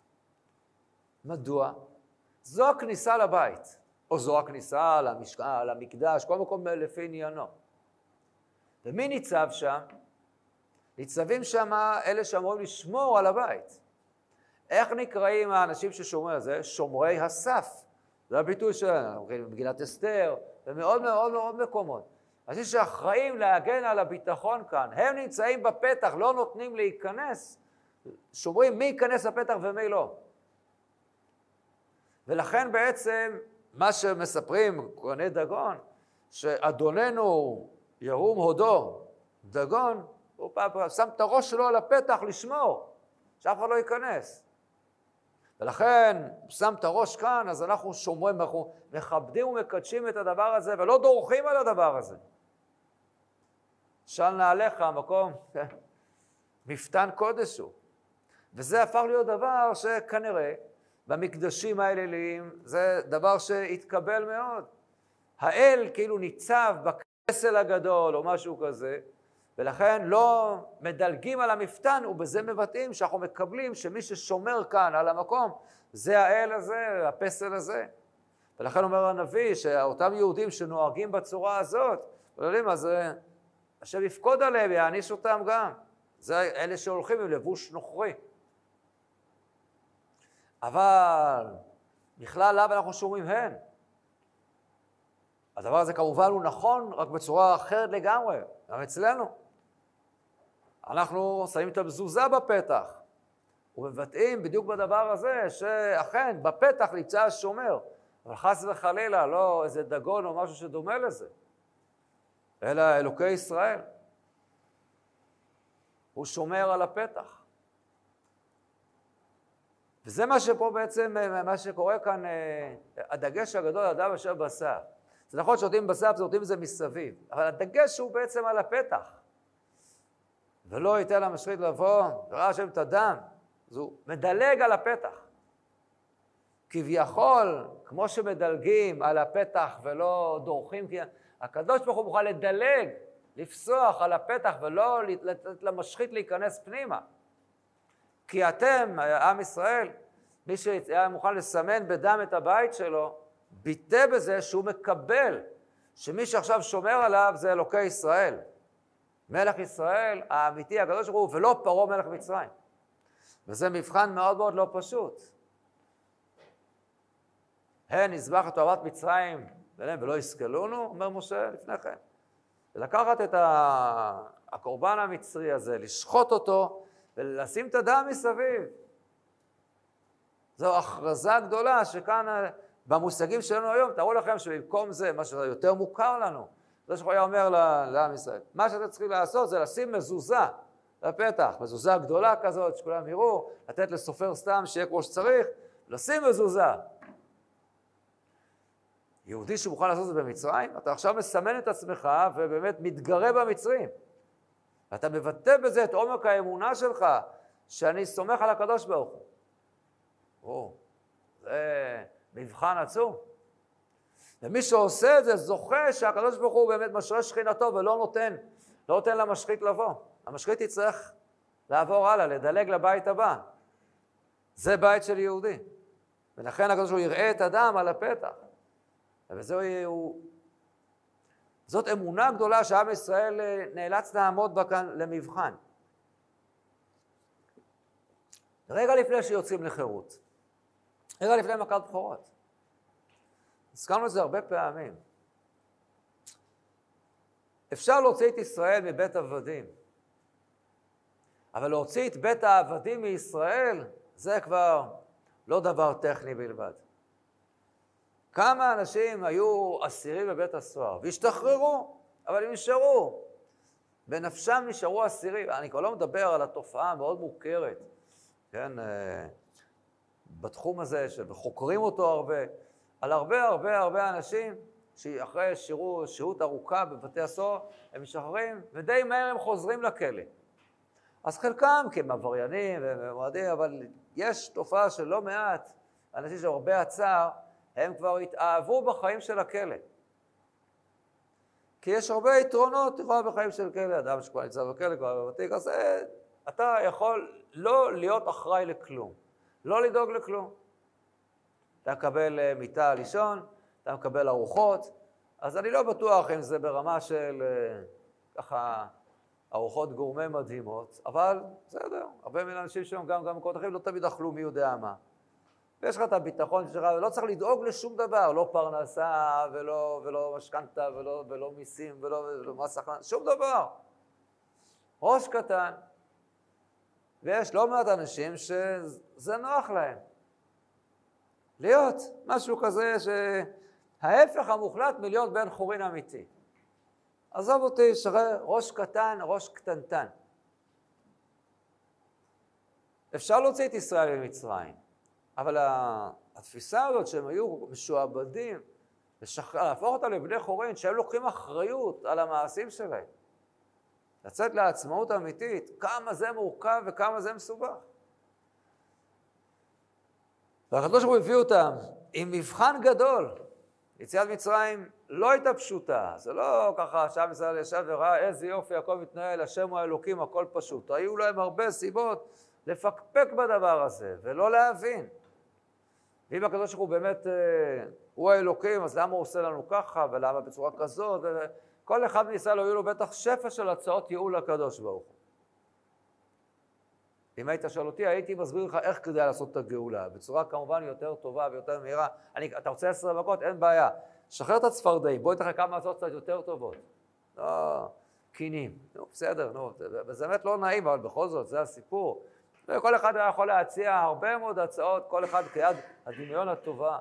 מדוע? זו הכניסה לבית, או זו הכניסה למקדש, כל מקום לפי עניינו. ומי ניצב שם? ניצבים שם אלה שאמורים לשמור על הבית. איך נקראים האנשים ששומרים על זה? שומרי הסף. זה הביטוי שלנו, במגילת אסתר, ומאוד מאוד מאוד מקומות. אנשים שאחראים להגן על הביטחון כאן, הם נמצאים בפתח, לא נותנים להיכנס, שומרים מי ייכנס לפתח ומי לא. ולכן בעצם מה שמספרים כהני דגון, שאדוננו ירום הודו, דגון, הוא פעם שם את הראש שלו על הפתח לשמור, שאף אחד לא ייכנס. ולכן הוא שם את הראש כאן, אז אנחנו שומרים, אנחנו מכבדים ומקדשים את הדבר הזה, ולא דורכים על הדבר הזה. של נעליך, המקום, מפתן קודש הוא. וזה הפך להיות דבר שכנראה, במקדשים האליליים, זה דבר שהתקבל מאוד. האל כאילו ניצב בכסל הגדול, או משהו כזה, ולכן לא מדלגים על המפתן, ובזה מבטאים שאנחנו מקבלים שמי ששומר כאן על המקום, זה האל הזה, הפסל הזה. ולכן אומר הנביא שאותם יהודים שנוהגים בצורה הזאת, יודעים, אז השם יפקוד עליהם, יעניש אותם גם. זה אלה שהולכים עם לבוש נוכרי. אבל בכלל לאו אנחנו שומרים הן. הדבר הזה כמובן הוא נכון, רק בצורה אחרת לגמרי, גם אצלנו. אנחנו שמים את המזוזה בפתח, ומבטאים בדיוק בדבר הזה, שאכן בפתח נמצא השומר, אבל חס וחלילה, לא איזה דגון או משהו שדומה לזה, אלא אלוקי ישראל. הוא שומר על הפתח. וזה מה שפה בעצם, מה שקורה כאן, הדגש הגדול, אדם אשר בסף. זה נכון שעוטים בסף, זה עוטים את זה מסביב, אבל הדגש הוא בעצם על הפתח. ולא ייתן למשחית לבוא, וראה השם את הדם, אז הוא מדלג על הפתח. כביכול, כמו שמדלגים על הפתח ולא דורכים, כי הקדוש ברוך הוא מוכן לדלג לפסוח על הפתח ולא לתת למשחית להיכנס פנימה. כי אתם, עם ישראל, מי שהיה מוכן לסמן בדם את הבית שלו, ביטא בזה שהוא מקבל שמי שעכשיו שומר עליו זה אלוקי ישראל. מלך ישראל האמיתי, הקדוש ברוך הוא, ולא פרעה מלך מצרים. וזה מבחן מאוד מאוד לא פשוט. הן נזבח את תועבת מצרים ולא יסכלונו, אומר משה לפני כן. ולקחת את הקורבן המצרי הזה, לשחוט אותו ולשים את הדם מסביב. זו הכרזה גדולה שכאן במושגים שלנו היום, תראו לכם שבמקום זה, מה שיותר מוכר לנו, זה שהיה אומר לעם ישראל, מה שאתם צריכים לעשות זה לשים מזוזה בפתח, מזוזה גדולה כזאת שכולם יראו, לתת לסופר סתם שיהיה כמו שצריך, לשים מזוזה. יהודי שמוכן לעשות את זה במצרים, אתה עכשיו מסמן את עצמך ובאמת מתגרה במצרים. ואתה מבטא בזה את עומק האמונה שלך, שאני סומך על הקדוש ברוך הוא. זה מבחן עצום. ומי שעושה את זה זוכה שהקדוש ברוך הוא באמת משרה שכינתו ולא נותן למשחית לבוא. המשחית יצטרך לעבור הלאה, לדלג לבית הבא. זה בית של יהודי. ולכן הקדוש ברוך הוא יראה את הדם על הפתח. זאת אמונה גדולה שעם ישראל נאלץ לעמוד בה כאן למבחן. רגע לפני שיוצאים לחירות, רגע לפני מכת בכורות. הזכרנו את זה הרבה פעמים. אפשר להוציא את ישראל מבית עבדים, אבל להוציא את בית העבדים מישראל זה כבר לא דבר טכני בלבד. כמה אנשים היו אסירים בבית הסוהר והשתחררו, אבל הם נשארו. בנפשם נשארו אסירים. אני כבר לא מדבר על התופעה המאוד מוכרת, כן, בתחום הזה שחוקרים אותו הרבה, על הרבה אנשים שאחרי שהות ארוכה בבתי הסוהר, הם משחררים ודי מהר הם חוזרים לכלא. אז חלקם כמעבריינים ומועדים, אבל יש תופעה של לא מעט אנשים שהרבה הצער, הם כבר התאהבו בחיים של הכלא. כי יש הרבה יתרונות בחיים של כלא, אדם שכבר נמצא בכלא, כבר בבתיק, אז אתה יכול לא להיות אחראי לכלום, לא לדאוג לכלום. אתה מקבל מיטה לישון, אתה מקבל ארוחות, אז אני לא בטוח אם זה ברמה של ככה ארוחות גורמה מדהימות, אבל בסדר, הרבה מן האנשים שם גם במקומות אחרים לא תמיד אכלו מי יודע מה. ויש לך את הביטחון שלך, ולא צריך לדאוג לשום דבר, לא פרנסה ולא משכנתה ולא מיסים ולא מס הכנסה, שום דבר. ראש קטן. ויש לא מעט אנשים שזה נוח להם. להיות משהו כזה שההפך המוחלט מלהיות בן חורין אמיתי. עזוב אותי, ראש קטן, ראש קטנטן. אפשר להוציא את ישראל ממצרים. אבל התפיסה הזאת שהם היו משועבדים, להפוך אותם לבני חורין, שהם לוקחים אחריות על המעשים שלהם. לצאת לעצמאות אמיתית, כמה זה מורכב וכמה זה מסובך. והקדוש ברוך הוא הביא אותם עם מבחן גדול. יציאת מצרים לא הייתה פשוטה, זה לא ככה שעם ישראל ישב וראה איזה יופי, הכל מתנהל, השם הוא האלוקים, הכל פשוט. היו להם הרבה סיבות לפקפק בדבר הזה ולא להבין. ואם הקדוש ברוך הוא באמת, הוא האלוקים, אז למה הוא עושה לנו ככה, ולמה בצורה כזאת, כל אחד מישראל היו לו בטח שפע של הצעות ייעול לקדוש ברוך הוא. אם היית שואל אותי, הייתי מסביר לך איך כדאי לעשות את הגאולה, בצורה כמובן יותר טובה ויותר מהירה. אתה רוצה 10 דקות? אין בעיה. שחרר את הצפרדעים, בואי תראה כמה הצעות קצת יותר טובות. לא, קינים. בסדר, וזה באמת לא נעים, אבל בכל זאת, זה הסיפור. וכל אחד היה יכול להציע הרבה מאוד הצעות, כל אחד כיד הדמיון הטובה.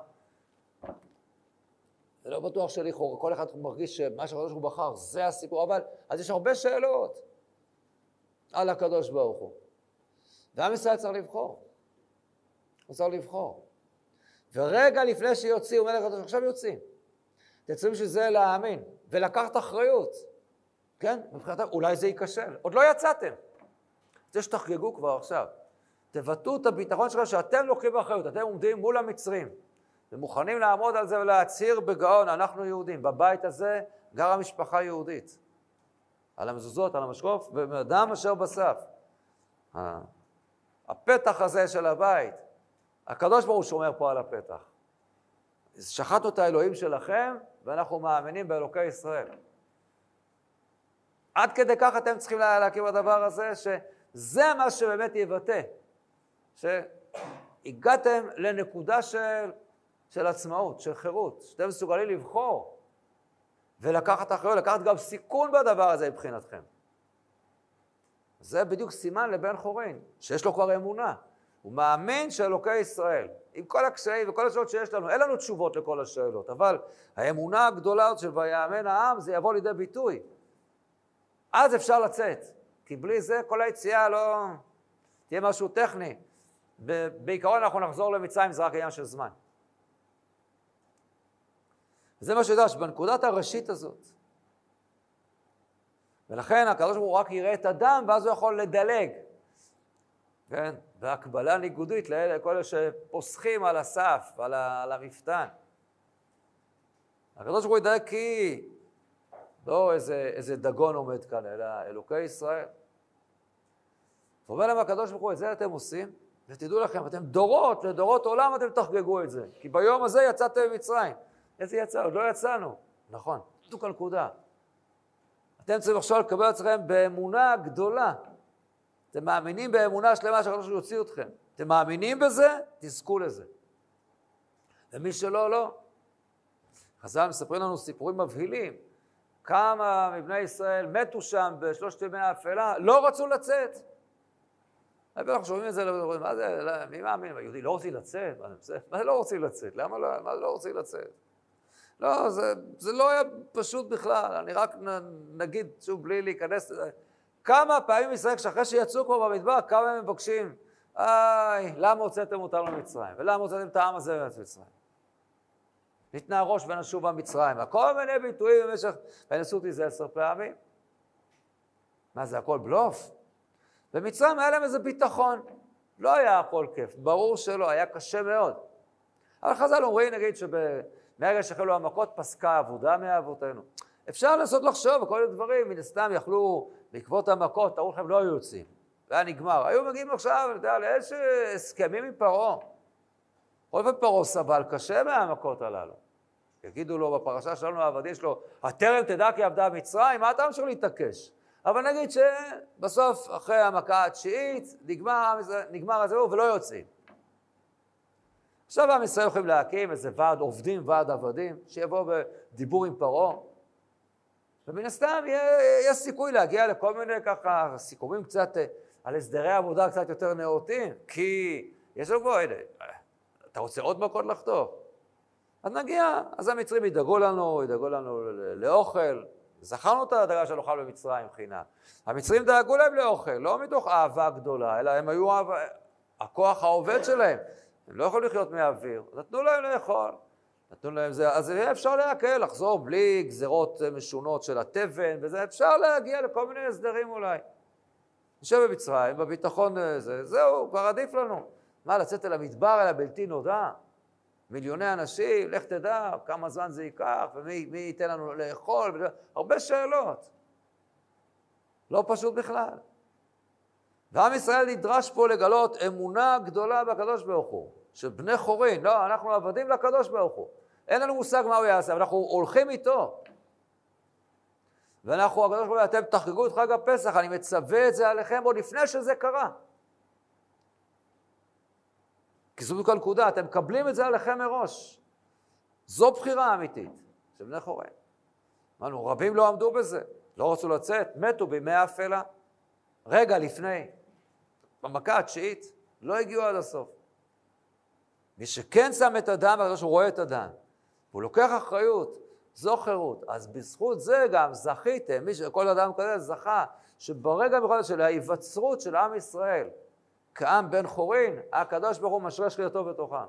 זה לא בטוח שלכאורה, כל אחד מרגיש שמה שהקדוש ברוך הוא בחר, זה הסיפור, אבל אז יש הרבה שאלות על הקדוש ברוך הוא. ועם ישראל צריך לבחור. הוא צריך לבחור. ורגע לפני שיוצאים, הוא אומר לקדוש, עכשיו יוצאים. תצאים שזה להאמין, ולקחת אחריות. כן? מבחינתם, אולי זה ייכשל. עוד לא יצאתם. זה שתחגגו כבר עכשיו. תבטאו את הביטחון שלכם שאתם לוקחים באחריות, אתם עומדים מול המצרים, ומוכנים לעמוד על זה ולהצהיר בגאון, אנחנו יהודים. בבית הזה גרה משפחה יהודית. על המזוזות, על המשקוף, ואדם אשר בסף. הפתח הזה של הבית, הקדוש ברוך הוא שומר פה על הפתח. שחטנו את האלוהים שלכם, ואנחנו מאמינים באלוקי ישראל. עד כדי כך אתם צריכים להכיר בדבר הזה, שזה מה שבאמת יבטא. שהגעתם לנקודה של עצמאות, של חירות, שאתם מסוגלים לבחור, ולקחת אחריות, לקחת גם סיכון בדבר הזה מבחינתכם. זה בדיוק סימן לבן חורין, שיש לו כבר אמונה. הוא מאמין שאלוקי ישראל, עם כל הקשיים וכל השאלות שיש לנו, אין לנו תשובות לכל השאלות, אבל האמונה הגדולה של ויאמן העם, זה יבוא לידי ביטוי. אז אפשר לצאת, כי בלי זה כל היציאה לא תהיה משהו טכני. בעיקרון אנחנו נחזור למצרים, זה רק עניין של זמן. וזה מה שידע, שבנקודת הראשית הזאת, ולכן הקדוש ברוך הוא רק יראה את הדם, ואז הוא יכול לדלג. כן? והקבלה ניגודית לכל אלה שפוסחים על הסף, על המפתן. הקדוש ברוך הוא ידלג כי לא איזה דגון עומד כאן, אלא אלוקי ישראל. ואומר להם הקדוש ברוך הוא, את זה אתם עושים, ותדעו לכם, אתם דורות, לדורות עולם אתם תחגגו את זה. כי ביום הזה יצאתם ממצרים. איזה יצא? עוד לא יצאנו. נכון, בדיוק הנקודה. אתם צריכים עכשיו לקבל אתכם באמונה גדולה. אתם מאמינים באמונה שלמה שהקדוש ברוך הוא יוציא אתכם. אתם מאמינים בזה? תזכו לזה. ומי שלא, לא. חז"ל מספרים לנו סיפורים מבהילים. כמה מבני ישראל מתו שם בשלושת ימי האפלה, לא רצו לצאת. אנחנו שומעים את זה, מה זה, מי מאמין? היהודי לא רוצים לצאת? מה זה לא רוצים לצאת? למה לא רוצים לצאת? לא, זה לא היה פשוט בכלל. אני רק נגיד, שוב, בלי להיכנס, כמה פעמים ישראל, שאחרי שיצאו כבר במדבר, כמה הם מבקשים, למה הוצאתם אותנו למצרים? ולמה הוצאתם את העם הזה למצרים? נתנה ראש ונשוב במצרים. כל מיני ביטויים במשך, ונסו אותי זה 10 פעמים. מה זה, הכל בלוף? במצרים היה להם איזה ביטחון. לא היה הכל כיף, ברור שלא, היה קשה מאוד. אבל חז"ל אומרים, נגיד, מהרגע שהחלו המכות פסקה עבודה מאבותינו. אפשר לנסות לחשוב, וכל הדברים, מן הסתם יכלו, בעקבות המכות, תראו לכם, לא היו יוצאים. והיה נגמר. היו מגיעים עכשיו, אתה יודע, לאיזה הסכמים עם פרעה. כל פעם פרעה סבל קשה מהמכות הללו. יגידו לו בפרשה שלנו, העבדים שלו, הטרם תדע כי עבדה מצרים, מה אתה ממשיך להתעקש? אבל נגיד שבסוף, אחרי המכה התשיעית, נגמר הזה ולא יוצאים. עכשיו עם ישראל יכולים להקים איזה ועד עובדים, ועד עבדים, שיבוא בדיבור עם פרעה. ומן הסתם יש סיכוי להגיע לכל מיני ככה סיכומים קצת על הסדרי עבודה קצת יותר נאותים, כי יש לנו בו, אתה רוצה עוד מכות לחטוף? אז נגיע, אז המצרים ידאגו לנו לאוכל, זכרנו את הדאגה של אוכל במצרים חינם. המצרים דאגו להם לאוכל, לא מתוך אהבה גדולה, אלא הם היו הכוח העובד שלהם. הם לא יכולים לחיות מהאוויר, נתנו להם לאכול, נתנו להם זה, אז אפשר להקל, לחזור בלי גזרות משונות של התבן, וזה אפשר להגיע לכל מיני הסדרים אולי. נשב במצרים, בביטחון זהו, כבר עדיף לנו. מה, לצאת אל המדבר, אל הבלתי נודע? מיליוני אנשים, לך תדע כמה זמן זה ייקח, ומי ייתן לנו לאכול, הרבה שאלות. לא פשוט בכלל. ועם ישראל נדרש פה לגלות אמונה גדולה בקדוש ברוך הוא, שבני חורין, לא, אנחנו עבדים לקדוש ברוך הוא. אין לנו מושג מה הוא יעשה, אבל אנחנו הולכים איתו. ואנחנו, הקדוש ברוך הוא, אתם תחגגו את חג הפסח, אני מצווה את זה עליכם עוד לפני שזה קרה. כי זו בדיוק הנקודה, אתם מקבלים את זה עליכם מראש. זו בחירה אמיתית של בני חורין. אמרנו, רבים לא עמדו בזה, לא רצו לצאת, מתו בימי האפלה. רגע לפני, במכה התשיעית, לא הגיעו עד הסוף. מי שכן שם את הדם, הקדוש הוא רואה את הדם. הוא לוקח אחריות, זו חירות. אז בזכות זה גם זכיתם, כל אדם כזה זכה, שברגע בכל של ההיווצרות של עם ישראל, כעם בן חורין, הקדוש ברוך הוא משרה שכינתו בתוכם.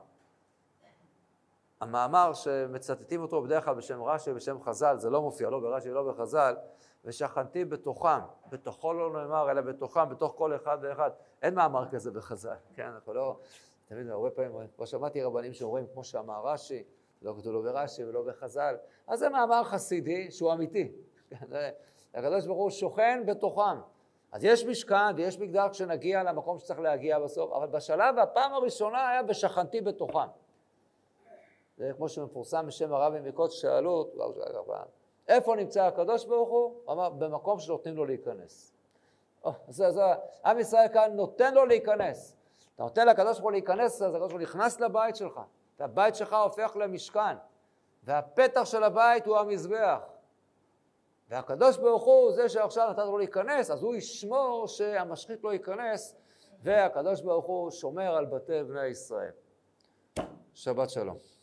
המאמר שמצטטים אותו בדרך כלל בשם רש"י, בשם חז"ל, זה לא מופיע, לא ברש"י, לא בחז"ל, ושכנתי בתוכם, בתוכו לא נאמר, אלא בתוכם, בתוך כל אחד ואחד. אין מאמר כזה בחז"ל, כן? אנחנו לא, תמיד, הרבה פעמים, כבר שמעתי רבנים שאומרים, כמו שאמר רש"י, לא כתוב לא ברש"י ולא בחז"ל, אז זה מאמר חסידי שהוא אמיתי. הקדוש ברוך הוא שוכן בתוכם. אז יש משכן ויש מקדש כשנגיע למקום שצריך להגיע בסוף, אבל בשלב הפעם הראשונה היה בשכנתי בתוכם. זה כמו שמפורסם בשם הרבי מקוץ, שאלו אותו, איפה נמצא הקדוש ברוך הוא? הוא אמר, במקום שנותנים לו להיכנס. עם ישראל כאן נותן לו להיכנס. אתה נותן לקדוש ברוך הוא להיכנס, אז הקדוש ברוך הוא נכנס לבית שלך. והבית שלך הופך למשכן. והפתח של הבית הוא המזבח. והקדוש ברוך הוא זה שעכשיו נתן לו להיכנס, אז הוא ישמור שהמשחית לא ייכנס, והקדוש ברוך הוא שומר על בתי בני ישראל. שבת שלום.